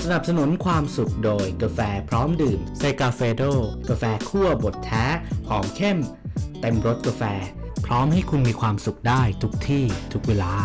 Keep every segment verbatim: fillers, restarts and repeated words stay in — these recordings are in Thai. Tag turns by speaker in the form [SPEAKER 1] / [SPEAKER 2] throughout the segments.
[SPEAKER 1] สนับสนุนความสุขโดยกาแฟพร้อมดื่มเซกาเฟโดกาแฟคั่วบดแท้หอมเข้มเต็มรสกาแฟพร้อมให้คุณมีความสุขได้ทุกที่ทุกเวลา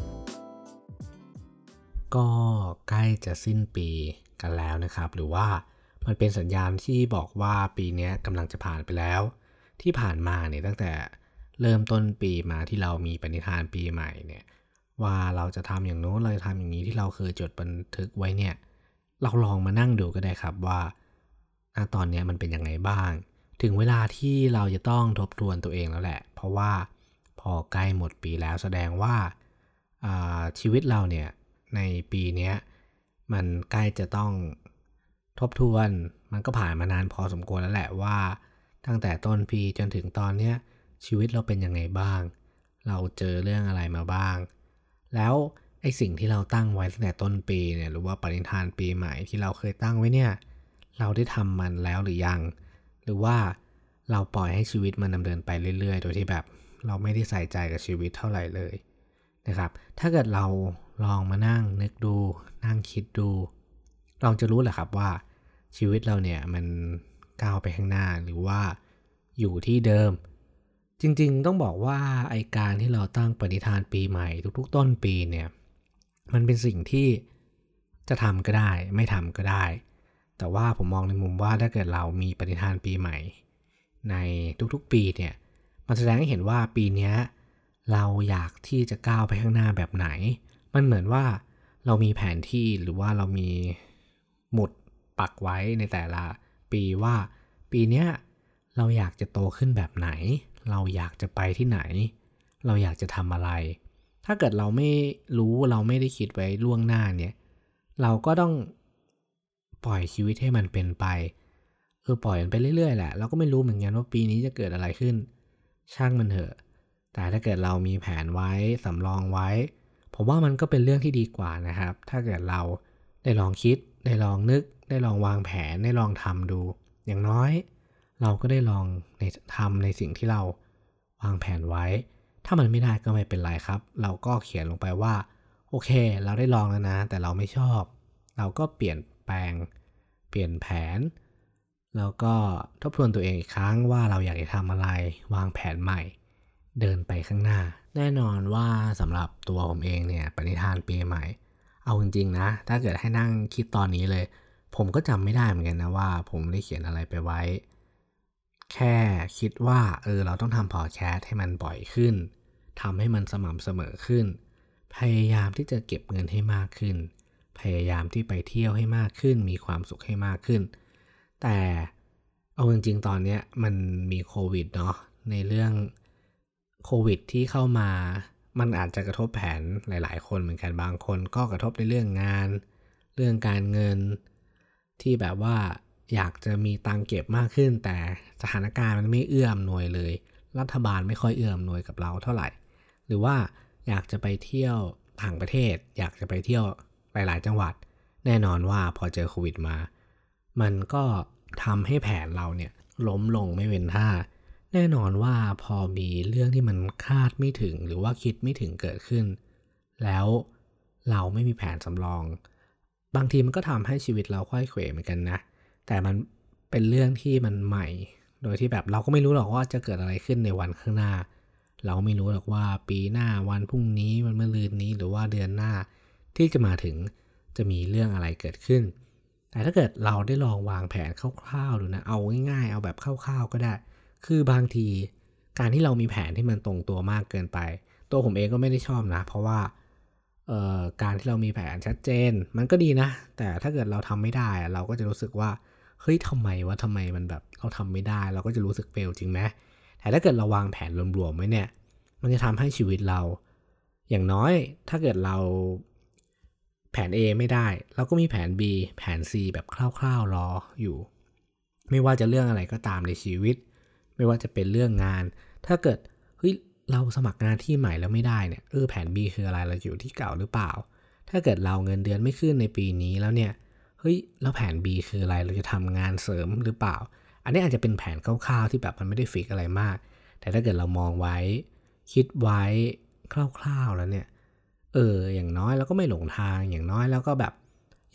[SPEAKER 1] ก็ใกล้จะสิ้นปีกันแล้วนะครับหรือว่ามันเป็นสัญญาณที่บอกว่าปีนี้กำลังจะผ่านไปแล้วที่ผ่านมาเนี่ยตั้งแต่เริ่มต้นปีมาที่เรามีปณิธานปีใหม่เนี่ยว่าเราจะทำอย่างโน้นเราจะทำอย่างนี้ที่เราเคยจดบันทึกไว้เนี่ยเราลองมานั่งดูก็ได้ครับว่าตอนนี้มันเป็นยังไงบ้างถึงเวลาที่เราจะต้องทบทวนตัวเองแล้วแหละเพราะว่าพอใกล้หมดปีแล้วแสดงว่าชีวิตเราเนี่ยในปีนี้มันใกล้จะต้องทบทวนมันก็ผ่านมานานพอสมควรแล้วแหละว่าตั้งแต่ต้นปีจนถึงตอนเนี้ยชีวิตเราเป็นยังไงบ้างเราเจอเรื่องอะไรมาบ้างแล้วไอ้สิ่งที่เราตั้งไว้ตั้งแต่ต้นปีเนี่ยหรือว่าปณิธานปีใหม่ที่เราเคยตั้งไว้เนี่ยเราได้ทำมันแล้วหรือยังหรือว่าเราปล่อยให้ชีวิตมันดำเนินไปเรื่อยๆโดยที่แบบเราไม่ได้ใส่ใจกับชีวิตเท่าไหร่เลยนะครับถ้าเกิดเราลองมานั่งนึกดูนั่งคิดดูลองจะรู้แหละครับว่าชีวิตเราเนี่ยมันก้าวไปข้างหน้าหรือว่าอยู่ที่เดิมจริงๆต้องบอกว่าไอ้การที่เราตั้งปณิธานปีใหม่ทุกๆต้นปีเนี่ยมันเป็นสิ่งที่จะทำก็ได้ไม่ทำก็ได้แต่ว่าผมมองในมุมว่าถ้าเกิดเรามีปณิธานปีใหม่ในทุกๆปีเนี่ยมันแสดงให้เห็นว่าปีนี้เราอยากที่จะก้าวไปข้างหน้าแบบไหนมันเหมือนว่าเรามีแผนที่หรือว่าเรามีหมุดปักไว้ในแต่ละปีว่าปีนี้เราอยากจะโตขึ้นแบบไหนเราอยากจะไปที่ไหนเราอยากจะทำอะไรถ้าเกิดเราไม่รู้เราไม่ได้คิดไว้ล่วงหน้าเนี่ยเราก็ต้องปล่อยชีวิตให้มันเป็นไปเออปล่อยมันไปเรื่อยๆแหละเราก็ไม่รู้เหมือนกันว่าปีนี้จะเกิดอะไรขึ้นช่างมันเถอะแต่ถ้าเกิดเรามีแผนไว้สำรองไว้ผมว่ามันก็เป็นเรื่องที่ดีกว่านะครับถ้าเกิดเราได้ลองคิดได้ลองนึกได้ลองวางแผนได้ลองทำดูอย่างน้อยเราก็ได้ลองในทำในสิ่งที่เราวางแผนไว้ถ้ามันไม่ได้ก็ไม่เป็นไรครับเราก็เขียนลงไปว่าโอเคเราได้ลองแล้วนะแต่เราไม่ชอบเราก็เปลี่ยนแปลงเปลี่ยนแผนแล้วก็ทบทวนตัวเองอีกครั้งว่าเราอยากจะทำอะไรวางแผนใหม่เดินไปข้างหน้าแน่นอนว่าสำหรับตัวผมเองเนี่ยปณิธานปีใหม่เอาจริงๆนะถ้าเกิดให้นั่งคิดตอนนี้เลยผมก็จำไม่ได้เหมือนกันนะว่าผมได้เขียนอะไรไปไว้แค่คิดว่าเออเราต้องทำพอดแคสต์ให้มันบ่อยขึ้นทำให้มันสม่ำเสมอขึ้นพยายามที่จะเก็บเงินให้มากขึ้นพยายามที่ไปเที่ยวให้มากขึ้นมีความสุขให้มากขึ้นแต่เอาจริงๆตอนนี้มันมีโควิดเนาะในเรื่องโควิดที่เข้ามามันอาจจะกระทบแผนหลายๆคนเหมือนกันบางคนก็กระทบในเรื่องงานเรื่องการเงินที่แบบว่าอยากจะมีตังเก็บมากขึ้นแต่สถานการณ์มันไม่เอื้ออำนวยเลยรัฐบาลไม่ค่อยเอื้ออำนวยกับเราเท่าไหร่หรือว่าอยากจะไปเที่ยวต่างประเทศอยากจะไปเที่ยวหลายๆจังหวัดแน่นอนว่าพอเจอโควิดมามันก็ทำให้แผนเราเนี่ยล้มลงไม่เป็นท่าแน่นอนว่าพอมีเรื่องที่มันคาดไม่ถึงหรือว่าคิดไม่ถึงเกิดขึ้นแล้วเราไม่มีแผนสำรองบางทีมันก็ทำให้ชีวิตเราค่อยเขวเหมือนกันนะแต่มันเป็นเรื่องที่มันใหม่โดยที่แบบเราก็ไม่รู้หรอกว่าจะเกิดอะไรขึ้นในวันข้างหน้าเราไม่รู้หรอกว่าปีหน้าวันพรุ่งนี้วันมะรืนนี้หรือว่าเดือนหน้าที่จะมาถึงจะมีเรื่องอะไรเกิดขึ้นแต่ถ้าเกิดเราได้ลองวางแผนคร่าวๆดูนะเอาง่ายๆเอาแบบคร่าวๆก็ได้คือบางทีการที่เรามีแผนที่มันตรงตัวมากเกินไปตัวผมเองก็ไม่ได้ชอบนะเพราะว่าเอ่อการที่เรามีแผนชัดเจนมันก็ดีนะแต่ถ้าเกิดเราทำไม่ได้เราก็จะรู้สึกว่าเฮ้ยทำไมวะทำไมมันแบบเราทำไม่ได้เราก็จะรู้สึกเฟลจริงไหมแต่ถ้าเกิดเราวางแผนรวมๆไว้เนี่ยมันจะทำให้ชีวิตเราอย่างน้อยถ้าเกิดเราแผน A ไม่ได้เราก็มีแผน B แผน C แบบคร่าวๆรออยู่ไม่ว่าจะเรื่องอะไรก็ตามในชีวิตไม่ว่าจะเป็นเรื่องงานถ้าเกิดเฮ้ยเราสมัครงานที่ใหม่แล้วไม่ได้เนี่ยเออแผน B คืออะไรเราอยู่ที่เก่าหรือเปล่าถ้าเกิดเราเงินเดือนไม่ขึ้นในปีนี้แล้วเนี่ยเฮ้ยแล้วแผน B คืออะไรเราจะทำงานเสริมหรือเปล่าอันนี้อาจจะเป็นแผนคร่าวๆที่แบบมันไม่ได้ฟิกอะไรมากแต่ถ้าเกิดเรามองไว้คิดไว้คร่าวๆแล้วเนี่ยเอออย่างน้อยเราก็ไม่หลงทางอย่างน้อยแล้วก็แบบ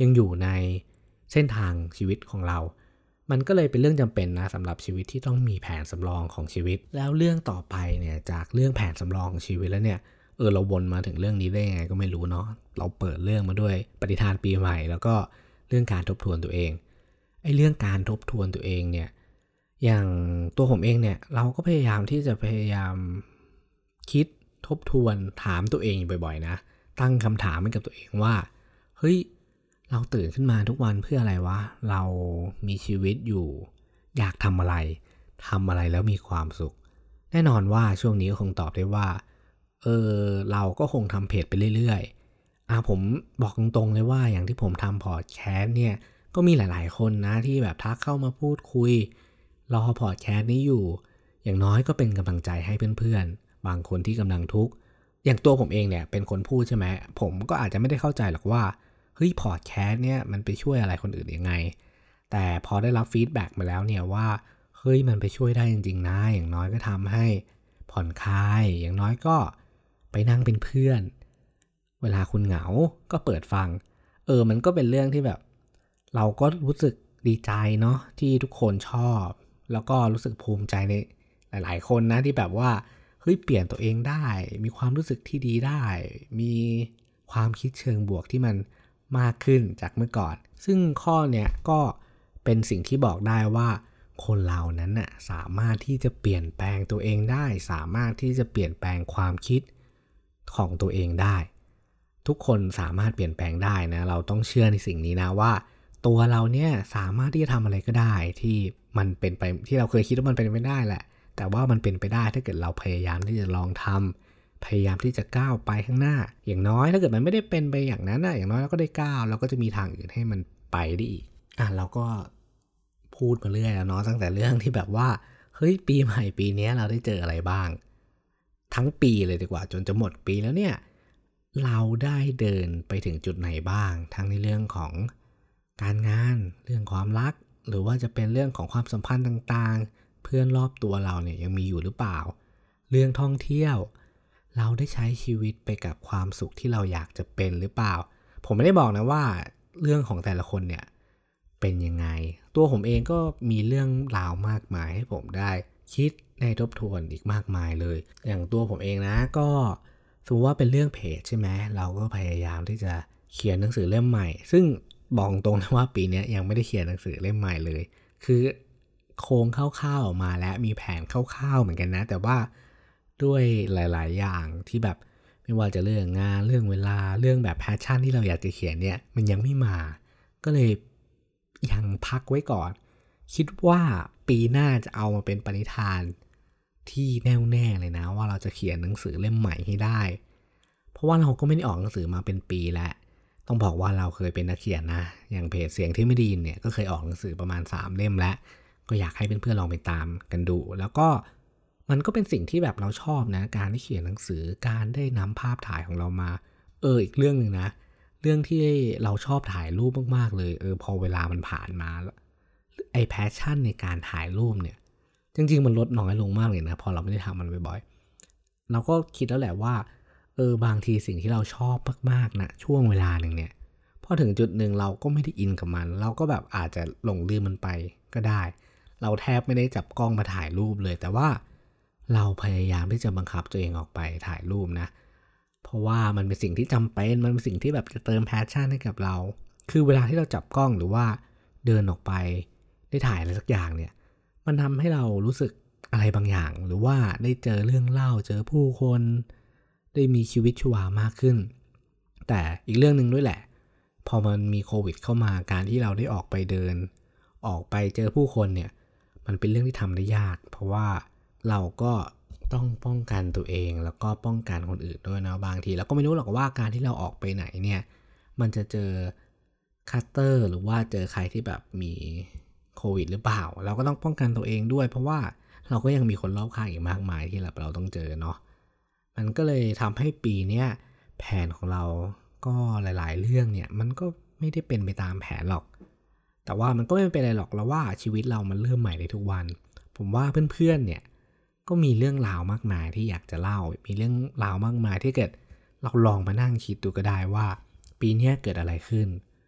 [SPEAKER 1] ยังอยู่ในเส้นทางชีวิตของเรามันก็เลยเป็นเรื่องจำเป็นนะสำหรับชีวิตที่ต้องมีแผนสำรองของชีวิตแล้วเรื่องต่อไปเนี่ยจากเรื่องแผนสำรองของชีวิตแล้วเนี่ยเออเราวนมาถึงเรื่องนี้ได้ยังไงก็ไม่รู้เนาะเราเปิดเรื่องมาด้วยปฏิทานปีใหม่แล้วก็เรื่องการทบทวนตัวเองไอ้เรื่องการทบทวนตัวเองเนี่ยอย่างตัวผมเองเนี่ยเราก็พยายามที่จะพยายามคิดทบทวนถามตัวเองบ่อยๆนะตั้งคำถามให้กับตัวเองว่าเฮ้ยเราตื่นขึ้นมาทุกวันเพื่ออะไรวะเรามีชีวิตอยู่อยากทำอะไรทำอะไรแล้วมีความสุขแน่นอนว่าช่วงนี้ก็คงตอบได้ว่าเออเราก็คงทำเพจไปเรื่อยๆอ่ะผมบอกตรงๆเลยว่าอย่างที่ผมทำพอดแคสต์เนี่ยก็มีหลายๆคนนะที่แบบทักเข้ามาพูดคุยรอพอดแคสต์นี้อยู่อย่างน้อยก็เป็นกำลังใจให้เพื่อนๆบางคนที่กำลังทุกข์อย่างตัวผมเองเนี่ยเป็นคนพูดใช่ไหมผมก็อาจจะไม่ได้เข้าใจหรอกว่าเฮ้ยพอดแคสต์เนี่ยมันไปช่วยอะไรคนอื่นยังไงแต่พอได้รับฟีดแบ็กมาแล้วเนี่ยว่าเฮ้ยมันไปช่วยได้จริงๆนะอย่างน้อยก็ทำให้ผ่อนคลายอย่างน้อยก็ไปนั่งเป็นเพื่อนเวลาคุณเหงาก็เปิดฟังเออมันก็เป็นเรื่องที่แบบเราก็รู้สึกดีใจเนาะที่ทุกคนชอบแล้วก็รู้สึกภูมิใจในหลายๆคนนะที่แบบว่าเฮ้ยเปลี่ยนตัวเองได้มีความรู้สึกที่ดีได้มีความคิดเชิงบวกที่มันมากขึ้นจากเมื่อก่อนซึ่งข้อเนี้ยก็เป็นสิ่งที่บอกได้ว่าคนเรานั้นน่ะสามารถที่จะเปลี่ยนแปลงตัวเองได้สามารถที่จะเปลี่ยนแปลงความคิดของตัวเองได้ทุกคนสามารถเปลี่ยนแปลงได้นะเราต้องเชื่อในสิ่งนี้นะว่าตัวเราเนี่ยสามารถที่จะทำอะไรก็ได้ที่มันเป็นไปที่เราเคยคิดว่ามันเป็นไม่ได้แหละแต่ว่ามันเป็นไปได้ถ้าเกิดเราพยายามที่จะลองทำพยายามที่จะก้าวไปข้างหน้าอย่างน้อยถ้าเกิดมันไม่ได้เป็นไปอย่างนั้นนะอย่างน้อยเราก็ได้ก้าวเราก็จะมีทางอื่นให้มันไปได้อีกอ่ะเราก็พูดมาเรื่อยแล้วเนาะตั้งแต่เรื่องที่แบบว่าเฮ้ยปีใหม่ปีนี้เราได้เจออะไรบ้างทั้งปีเลยดีกว่าจนจะหมดปีแล้วเนี่ยเราได้เดินไปถึงจุดไหนบ้างทั้งในเรื่องของการงานเรื่องความรักหรือว่าจะเป็นเรื่องของความสัมพันธ์ต่างๆเพื่อนรอบตัวเราเนี่ยยังมีอยู่หรือเปล่าเรื่องท่องเที่ยวเราได้ใช้ชีวิตไปกับความสุขที่เราอยากจะเป็นหรือเปล่าผมไม่ได้บอกนะว่าเรื่องของแต่ละคนเนี่ยเป็นยังไงตัวผมเองก็มีเรื่องราวมากมายให้ผมได้คิดในทบทวนอีกมากมายเลยอย่างตัวผมเองนะก็สมมติว่าเป็นเรื่องเพจใช่ไหมเราก็พยายามที่จะเขียนหนังสือเล่มใหม่ซึ่งบอกตรงนะว่าปีนี้ยังไม่ได้เขียนหนังสือเล่มใหม่เลยคือโครงคร่าวๆออกมาแล้วมีแผนคร่าวๆเหมือนกันนะแต่ว่าด้วยหลายๆอย่างที่แบบไม่ว่าจะเรื่องงานเรื่องเวลาเรื่องแบบแพชชั่นที่เราอยากจะเขียนเนี่ยมันยังไม่มาก็เลยยังพักไว้ก่อนคิดว่าปีหน้าจะเอามาเป็นปณิธานที่แน่วแน่เลยนะว่าเราจะเขียนหนังสือเล่มใหม่ให้ได้เพราะว่าเราก็ไม่ได้ออกหนังสือมาเป็นปีแล้วต้องบอกว่าเราเคยเป็นนักเขียนนะอย่างเพจเสียงที่ไม่ดีเนี่ยก็เคยออกหนังสือประมาณสามเล่มแล้วก็อยากให้เพื่อนๆลองไปตามกันดูแล้วก็มันก็เป็นสิ่งที่แบบเราชอบนะการที่เขียนหนังสือการได้นำภาพถ่ายของเรามาเอออีกเรื่องนึงนะเรื่องที่เราชอบถ่ายรูปมากๆเลยเออพอเวลามันผ่านมาไอ้แพชชั่นในการถ่ายรูปเนี่ยจริงๆมันลดน้อยลงมากเลยนะพอเราไม่ได้ทำมันบ่อยๆเราก็คิดแล้วแหละว่าเออบางทีสิ่งที่เราชอบมากๆนะช่วงเวลาหนึ่งเนี่ยพอถึงจุดหนึ่งเราก็ไม่ได้อินกับมันเราก็แบบอาจจะหลงลืมมันไปก็ได้เราแทบไม่ได้จับกล้องมาถ่ายรูปเลยแต่ว่าเราพยายามที่จะบังคับตัวเองออกไปถ่ายรูปนะเพราะว่ามันเป็นสิ่งที่จำเป็นมันเป็นสิ่งที่แบบจะเติมแพชชั่นให้กับเราคือเวลาที่เราจับกล้องหรือว่าเดินออกไปได้ถ่ายอะไรสักอย่างเนี่ยมันทำให้เรารู้สึกอะไรบางอย่างหรือว่าได้เจอเรื่องเล่าเจอผู้คนได้มีชีวิตชีวามากขึ้นแต่อีกเรื่องนึงด้วยแหละพอมันมีโควิดเข้ามาการที่เราได้ออกไปเดินออกไปเจอผู้คนเนี่ยมันเป็นเรื่องที่ทำได้ยากเพราะว่าเราก็ต้องป้องกันตัวเองแล้วก็ป้องกันคนอื่นด้วยนะบางทีเราก็ไม่รู้หรอกว่าการที่เราออกไปไหนเนี่ยมันจะเจอคัตเตอร์หรือว่าเจอใครที่แบบมีโควิดหรือเปล่าเราก็ต้องป้องกันตัวเองด้วยเพราะว่าเราก็ยังมีคนรอบข้างอีกมากมายที่เราต้องเจอเนาะมันก็เลยทำให้ปีนี้แผนของเราก็หลายๆเรื่องเนี่ยมันก็ไม่ได้เป็นไปตามแผนหรอกแต่ว่ามันก็ไม่เป็นไรหรอกเราว่าชีวิตเรามันเริ่มใหม่ได้ทุกวันผมว่าเพื่อนๆเนี่ยก็มีเรื่องราวมากมายที่อยากจะเล่ามีเรื่องราวมากมายที่เกิดเราลองมานั่งคิดดูก็ได้ว่าปีนี้เกิดอะไรขึ้น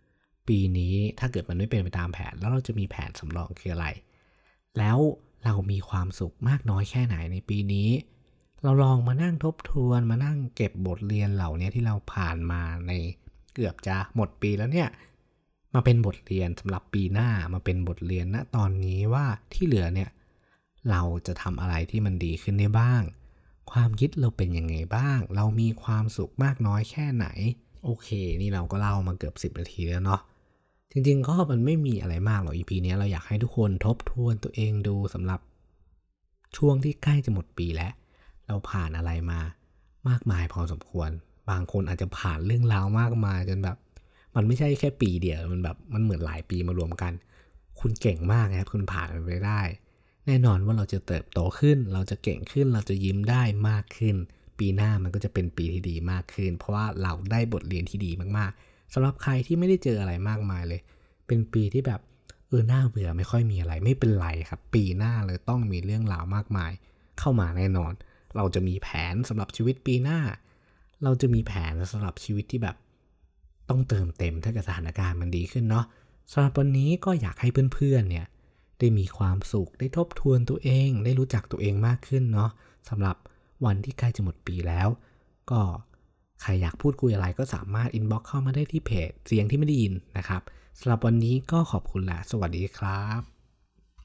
[SPEAKER 1] ปีนี้ถ้าเกิดมันไม่เป็นไปตามแผนแล้วเราจะมีแผนสำรองคืออะไรแล้วเรามีความสุขมากน้อยแค่ไหนในปีนี้เราลองมานั่งทบทวนมานั่งเก็บบทเรียนเหล่านี้ที่เราผ่านมาในเกือบจะหมดปีแล้วเนี่ยมาเป็นบทเรียนสำหรับปีหน้ามาเป็นบทเรียนณตอนนี้ว่าที่เหลือเนี่ยเราจะทำอะไรที่มันดีขึ้นได้บ้างความคิดเราเป็นยังไงบ้างเรามีความสุขมากน้อยแค่ไหนโอเคนี่เราก็เล่ามาเกือบสิบนาทีแล้วเนาะจริงๆก็มันไม่มีอะไรมากหรอก อี พี นี้เราอยากให้ทุกคนทบทวนตัวเองดูสำหรับช่วงที่ใกล้จะหมดปีแล้วเราผ่านอะไรมามากมายพอสมควรบางคนอาจจะผ่านเรื่องราวมากมายจนแบบมันไม่ใช่แค่ปีเดียวมันแบบมันเหมือนหลายปีมารวมกันคุณเก่งมากนะครับคุณผ่านมันไปได้แน่นอนว่าเราจะเติบโตขึ้นเราจะเก่งขึ้นเราจะยิ้มได้มากขึ้นปีหน้ามันก็จะเป็นปีที่ดีมากขึ้นเพราะว่าเราได้บทเรียนที่ดีมากๆสำหรับใครที่ไม่ได้เจออะไรมากมายเลยเป็นปีที่แบบเออหน้าเบื่อไม่ค่อยมีอะไรไม่เป็นไรครับปีหน้าเลยต้องมีเรื่องราวมากมายเข้ามาแน่นอนเราจะมีแผนสำหรับชีวิตปีหน้าเราจะมีแผนสำหรับชีวิตที่แบบต้องเติมเต็มถ้าเกิดสถานการณ์มันดีขึ้นเนาะสำหรับวันนี้ก็อยากให้เพื่อนๆเนี่ยได้มีความสุขได้ทบทวนตัวเองได้รู้จักตัวเองมากขึ้นเนาะสำหรับวันที่ใกล้จะหมดปีแล้วก็ใครอยากพูดคุยอะไรก็สามารถอินบ็อกซ์เข้ามาได้ที่เพจเสียงที่ไม่ได้ยินนะครับสำหรับวันนี้ก็ขอบคุณและสวัสดีครับ